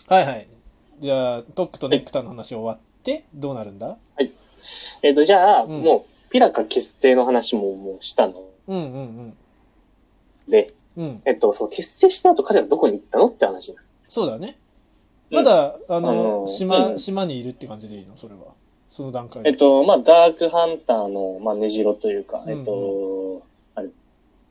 はいはい。じゃあ、トックとネクタの話終わってどうなるんだ？ はい。じゃあ、 うんもう、ピラカ結成の話もうしたのうんうんで、 うん。うん。 そう、結成した後彼はどこに行ったのって話になる。 そうだね。 うん。 まだ、 うん。 島にいるって感じでいいのそれは。その段階だと。 まあ、ダークハンターの、まあ、根城というか、 うんうん。 あれ、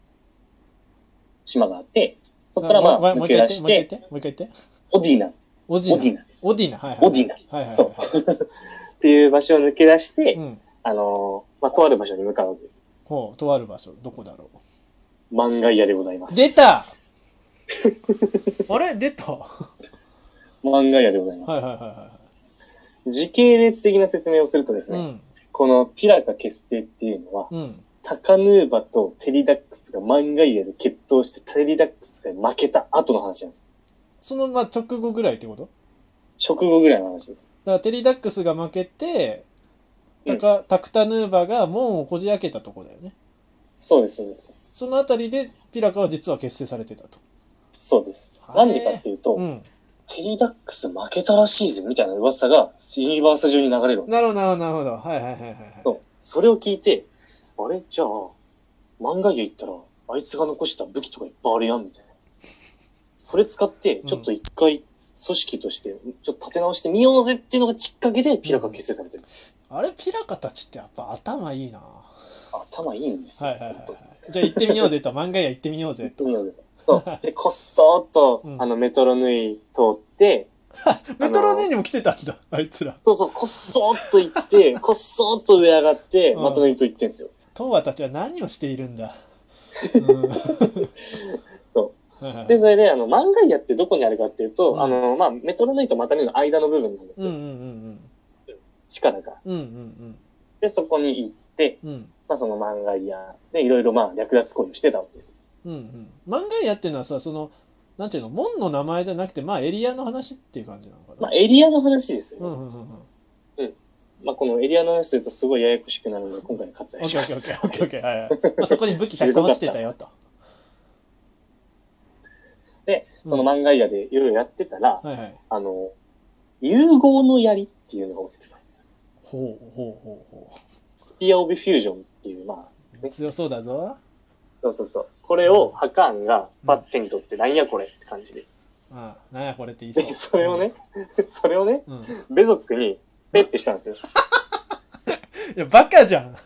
島があって、そこあ、 からまあ、抜けもう一回言って、 出して、 もう一回言って。 オディナ、オオジナ。 ディナです。 オディナ。はいはいはい。 オディナ。 はいはいはいそう。 はい。 っていう場所を抜け出して、 うん。 まあ、とある場所に向かうわけです。 ほう、とある場所。どこだろ漫画屋でございまう。出た。 す。 あれ出た。は漫画屋でございます。 いはいはいは時系列的な説明をするとですい。うね、 ん。 このピラカ結成っていうのは、 うん。 タカヌーバとテリダックスが漫画家で決闘してテリダックスが負けた後の話なんです。 その、まあ、直後ぐらいってこと？ 直後ぐらいの話です。 だからテリダックスが負けて、 うん。 タクタヌーバが門をこじ開けたとこだよね。 そうです、そうです。 そのあたりでピラカは実は結成されてたと。 そうです。 はなんでかっていうと、 うん。 テリダックス負けたらしいぜみたいな噂がユニバース上に流れるわけです。 なるほど、なるほど。はいはいはいはいはい。 そう。それを聞いて、あれじゃあ、漫画家行ったら、あいつが残した武器とかいっぱいあるやん、みたいな。それ使って、ちょっと一回、組織として、ちょっと立て直してみようぜっていうのがきっかけで、ピラカ結成されてる。 あれ、ピラカたちってやっぱ頭いいな。は頭いいんですよ、 いはいはいはい。 本当に。 じゃあ行ってみようぜと。漫画屋行ってみようぜと。 行ってみようぜと。そう。で、こっそーっと、 うん、 メトロヌイ通って、 メトロネにも来てたんだ、あいつら。 そうそう、こっそーっと行って、こっそーっと上上がって、 うん。 まとめと行ってんすよ。 トーアたちは何をしているんだ。うん。 そう。で、 はいはいはい。 それで、漫画屋ってどこにあるかっていうと、 うん。 まあ、メトロヌイとマタヌイの間の部分なんですよ。 うんうんうん地下だから。 うん。うんうんで、そこに行って、 うん。うんまあ、その漫画屋でいろいろまあ、略奪行為をしてたわけですよ。 うんうん。漫画屋っていうのはさ、なんていうの、門の名前じゃなくて、まあエリアの話っていう感じなのかな。 まあ、エリアの話ですよね。 うんうんうんうん。 うん。まあ、このエリアの話するとすごいややこしくなるので、今回の割愛オッします。 ケーオッケーオッケーオッケーオッケー。はいはい。まあそこに武器たくさん落ちてたよと。 で、 うん。 その漫画屋でいろいろやってたら、 はいはい。 あの、融合の槍っていうのが落ちてたんですよ。 ほうほうほうほスピアオブフュージョンっていう、まあ、 う。 ね。 強そうだぞ。 そうそうそう。これをハカーンがうん。 パッて手に取って、なんやこれって感じで。 ああ、なんやこれって言いで、 そう。 それをね、それをね、 うん。うん。 ベゾックにペッてしたんですよ。 いや、バカじゃん。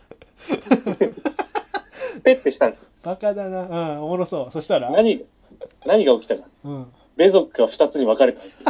ペッてしたんですよ。 バカだな。うん、おもろそう。そしたら何が起きたか。 うん。 ベゾックが2つに分かれたんですよ。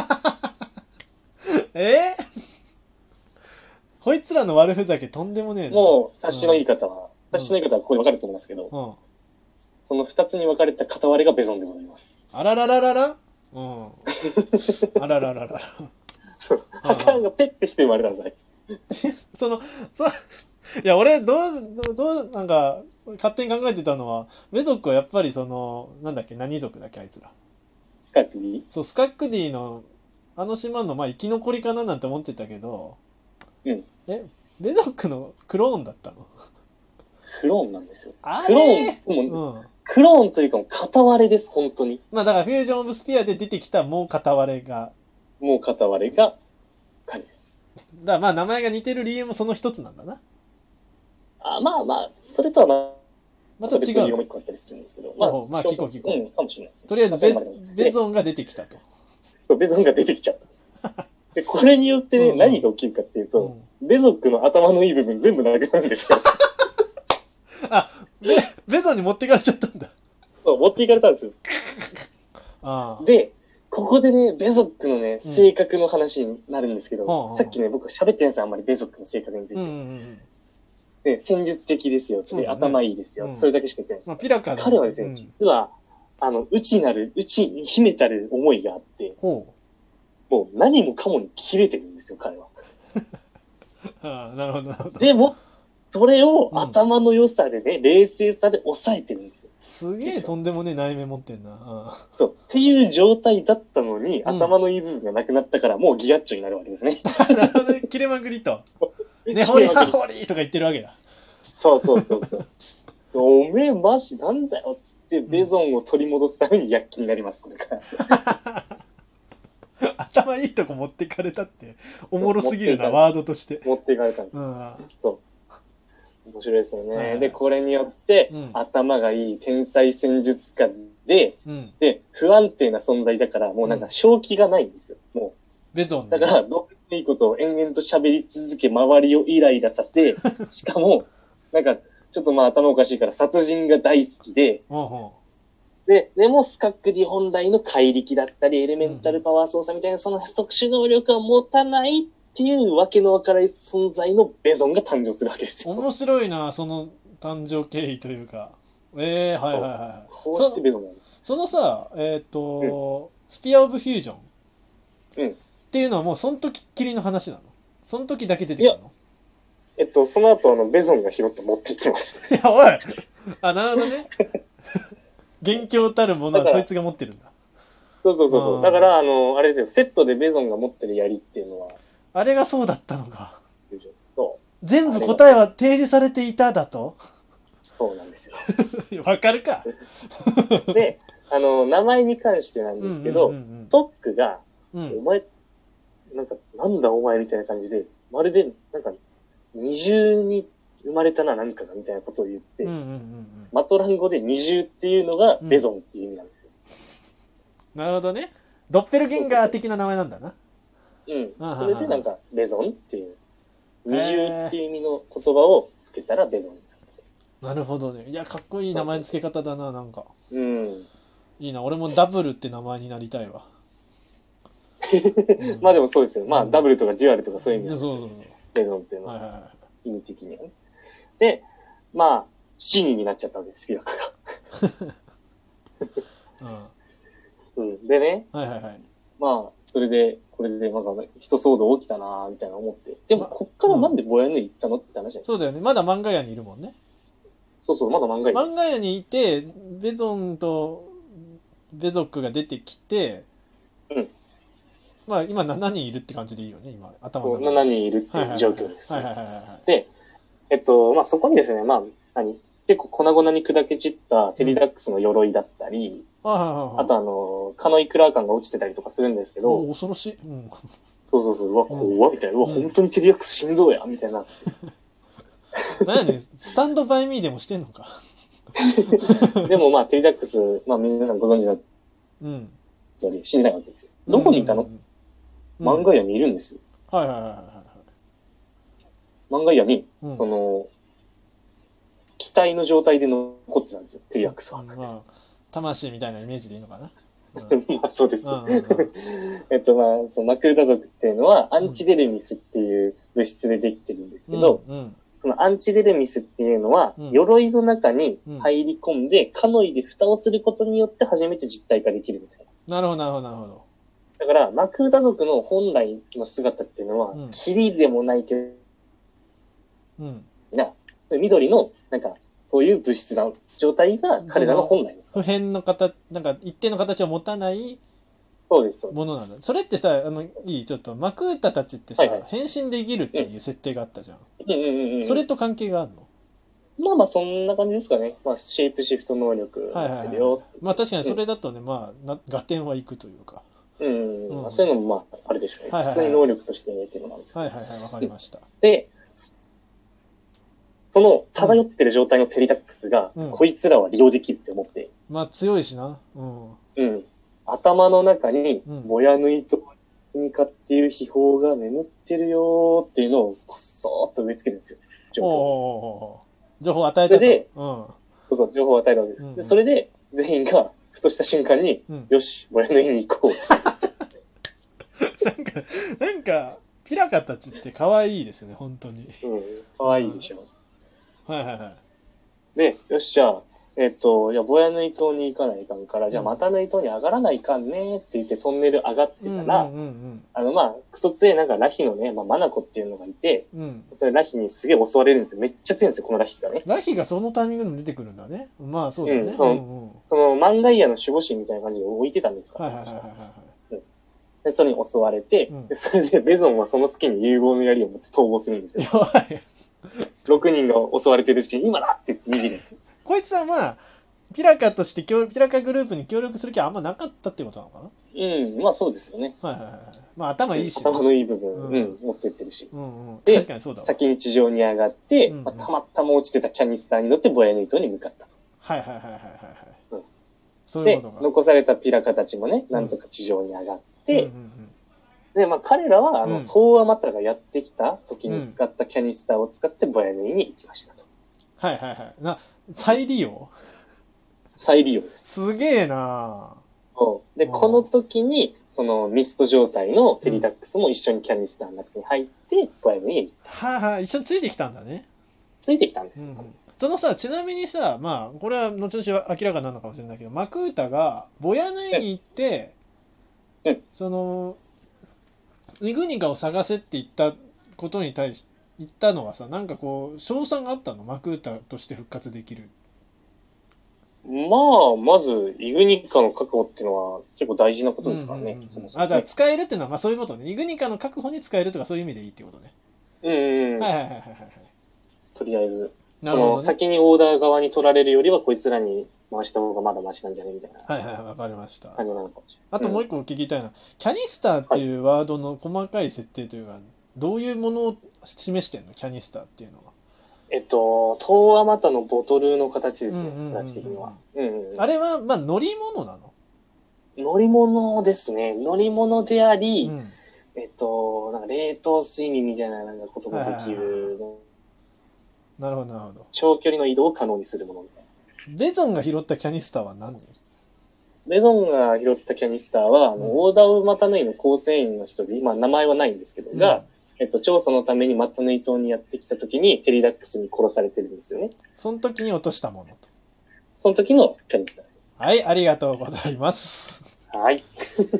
こいつらの悪ふざけとんでもねえな。 もう、察しのうん。 いい方は、 うん。 察しのいい方はここで分かると思いますけど、 うん。 その2つに分かれた片割れがベゾンでございます。 あらららららうん。あららららら。 そう。 うんうハカーンん。 がペッてして生まれたんです、あいつ。 その、そ、いや、俺、なんか、勝手に考えてたのは、メ族はやっぱりなんだっけ、何族だっけ、あいつら。 スカクリそう、スカックディの、あの島の、まあ、生き残りかななんて思ってたけど、 うん。 え、メ族のクローンだったの？ クローンなんですよ。 あクローれン、もう、 うん。 クローンというかもう片割れです、本当に。 まあ、だから、フュージョン・オブ・スピアで出てきたもう片割れが、 もう片割れが彼です。 まあ、名前が似てる理由もその一つなんだな。 あ、まあまあ、それとはまたまた別の理違うの？ 由も一個あったりするんですけど、まあ、 ほうほう、まあ、聞こう聞こうん、かもしれないですう。 ね。 とりあえずまあ、それまでも。で、 ベゾンが出てきたと。 そう、ベゾンが出てきちゃったんです。で、これによってね、 うんうん。 何が起きるかっていうと、 うん。 ベゾックの頭のいい部分全部なくなるんですよ。 あ、ベゾンに持ってかれちゃったんだ。 そう持っていかれたんですよ。 ああ。 で、ここでね、ベゾックのね、 うん。 性格の話になるんですけど、 はあはあ。 さっきね、僕喋ってないんですよ、あんまりベゾックの性格についうんうて。 んうん。 で、戦術的ですよ。で、 そうだね。 頭いいですよ。そうん。 れだけしか言ってないんですまあ、 よ。 ピラカの、 彼はですね、 うん。 実は、内に秘めたる思いがあって、 ほもう何もかもに切れてるんですよ、彼は。 う。ああ、なるほど、なるほど。 でも、それをうん。 頭の良さでね、冷静さで抑えてるんですよ。 すげえ実は。 とんでもねえ内面持ってんな。あそう。っていう状態だったのに、 あ。うん。 頭のいい部分がなくなったから、もうギガッチョになるわけですね。 なるほどね。切れまくりと。ねほり切れまくり。 はほりとか言ってるわけだ。 そうそうそうそう。おめえマジなんだよっつって、 うん。 ベゾンを取り戻すために躍起になります、これから。 頭いいいとこ持ってかれたっておもろすぎるな、 持っていかれたワードとして。 持っていかれたんです。 うんそう。面白いですよね。 はいはいで、これによって、 うん頭がいい天才戦術家で、 うんで、不安定な存在だから、もうなんか正気がないんですよ。もう。 ベゾンねだから、どうでもいいことを延々と喋り続け、周りをイライラさせ、しかも、なんか、ちょっとまあ頭おかしいから殺人が大好きで、 ほうほでもスカックディ本来の怪力だったり、エレメンタルパワー操作みたいなその特殊能力は持たないっていうわけのわからない存在のベゾンが誕生するわけですよ。 面白いな、その誕生経緯というか。はいはいはいはい。 こうしてベゾンなの。 そのさ、スピア・オブ・フュージョンっうんていうのはもうその時っきりの話なの？その時だけ出てくるの？ その後、ベゾンが拾って持っていきます。 いや、おいあ、なるほどね。元凶たるものはそいつが持ってるんだ。 そうそうそうそうう。 んだから、あれですよ、セットでベゾンが持ってる槍っていうのは、 あれがそうだったのか。 そ全部答えは提示されていただとそうなんですよ。 わかるか。 で、名前に関してなんですけど、トックが、お前、なんだお前みたいな感じで、まるで、二重に生まれたな、なんかが、みたいなことを言って、マトラン語で二重っていうのがベゾンっていう意味なんですよ。 なるほどね。ドッペルゲンガー的な名前なんだな。 うん。それでベゾンっていう、二重っていう意味の言葉をつけたらベゾン。 なるほどね。いや、かっこいい名前の付け方だな、なんか。 うん。 いいな、俺もダブルって名前になりたいわ。 まあでもそうですよ。まあダブルとかデュアルとかそういう意味なんですよ。 そうそうそう。 ベゾンっていうのは、 はいはいはい。 意味的にはね。で、まあ、7人になっちゃったわけです、スピラクが。うん。でね、 はいはいはい。 まあ、それで、これで、人騒動起きたなーみたいな思って。でも、こっからなんでボヤヌイ行ったのって話じゃないですか。 そうだよね。まだ漫画屋にいるもんね。 そうそう、まだ漫画漫画屋にいて、ベゾンとベゾックが出てきて、まあ今7人いるって感じでいいよね、今、頭の中で。 7人いるっていう状況です。 で、 まあそこにですね、まあ、結構粉々に砕け散ったテリダックスの鎧だったり、あとカノイクラーカンが落ちてたりとかするんですけど、 恐ろしい。 そう、うわ、怖っみたいな、うわ、本当にテリダックスしんどいや、みたいな。 何ね、スタンドバイミーでもしてんのか。 でもまあ、テリダックス、まあ皆さんご存知の通り死んでないわけですよ。どこにいたの？漫画屋にいるんですよ。 はいはいはいはい。 漫画屋に、機体の状態で残ってたんですよ、テリダックスは。 魂みたいなイメージでいいのかな。 まあそうです。まあ、そのマクルタ族っていうのは、アンチデルミスっていう物質でできてるんですけど、そのアンチデルミスっていうのは、鎧の中に入り込んで、カノイで蓋をすることによって初めて実体化できるみたいな。 なるほど、なるほど、なるほど。 だから、マクルタ族の本来の姿っていうのは、霧でもないけど、緑の、そういう物質な状態が彼らの本来です。 普遍の形、一定の形を持たないものなんだ。それってさ、ちょっと、マクータたちってさ、変身できるっていう設定があったじゃん。それと関係があるの？ まあそんな感じですかね。まあ、シェイプシフト能力ってるよ。 まあ確かにそれだとね、まあ、合点はいくというか。 そういうのもまあ、あるでしょうね。普通に能力としてっていうのがあるんです。 はいはいはい、わかりました。 で、その漂ってる状態のテリダックスが、こいつらは利用できるって思って。 まあ強いしな。 頭の中に、ボヤヌイとニカっていう秘宝が眠ってるよーっていうのをこっそーっと植え付けるんですよ。 情報を与えたと。 そう、情報を与えるわけです。で、それで、全員が、ふとした瞬間に、よし、ボヤヌイに行こうなんか、ピラカたちって可愛いですね、本当に。 可愛いでしょ。 はいはいはい。 で、よし、じゃあ、ボヤヌイ島に行かないかんから、じゃあ、またヌイ島に上がらないかんねって言ってトンネル上がってたら、まあ、クソ強いラヒのね、マナコっていうのがいて、それラヒにすげえ襲われるんですよ。めっちゃ強いんですよ、このラヒがね。 ラヒがそのタイミングでも出てくるんだね。まあ、そうだね。 その、マンガイアの守護神みたいな感じで置いてたんですから。で、それに襲われて、それでベゾンはその隙に融合の槍を持って逃亡するんですよ。 やばい。 6人が襲われてるうちに、今だって逃げるんですよ。 こいつはまあ、ピラカとしてピラカグループに協力する気はあんまなかったってことなのかな？ まあそうですよね。 まあ頭いいし、 頭のいい部分、持ってってるし。 で、 確かにそうだ。先に地上に上がって、たまたま落ちてたキャニスターに乗ってボヤヌイ島に向かったと。 はいはいはいはいはい。 そういうことか。で、残されたピラカたちもね、なんとか地上に上がって、で、まあ彼らは、トーアマタがやってきた時に使ったキャニスターを使ってボヤヌイに行きましたと。 はいはいはい。再利用再利用です。 すげえなで、この時に、そのミスト状態のテリダックスも一緒にキャニスターの中に入って、ボヤヌイへ行った。 はいはい、一緒についてきたんだね。 ついてきたんですよ。 そのさ、ちなみにさ、まあ、これは後々明らかになるのかもしれないけど、マクータがボヤヌイに行って、その、イグニカを探せって言ったことに対して、言ったのはさ、なんかこう、賞賛があったの？マクータとして復活できる。 まあ、まず、イグニカの確保っていうのは結構大事なことですからね。 だから使えるっていうのは、まあそういうことね。イグニカの確保に使えるとかそういう意味でいいってことね。はいはいはいはいはい。 とりあえず。その先にオーダー側に取られるよりはこいつらに回した方がまだマシなんじゃねみたいな。 はいはい、わかりました。 あともう一個聞きたいのは、キャニスターっていうワードの細かい設定というか、どういうものを示してんの？キャニスターっていうのは。 トーアマタのボトルの形ですね、形的には。 あれは、まあ乗り物なの？ 乗り物ですね。乗り物であり、なんか冷凍睡眠みたいななんかことができる。 なるほどなるほど。 長距離の移動を可能にするものみたいな。ベゾンが拾ったキャニスターは何？ ベゾンが拾ったキャニスターは、オーダーマタヌイの構成員の一人、まあ名前はないんですけど、が、調査のためにマタヌイ島にやってきた時にテリダックスに殺されてるんですよね。 その時に落としたものと。 その時のキャニスター。 はい、ありがとうございます。 はい。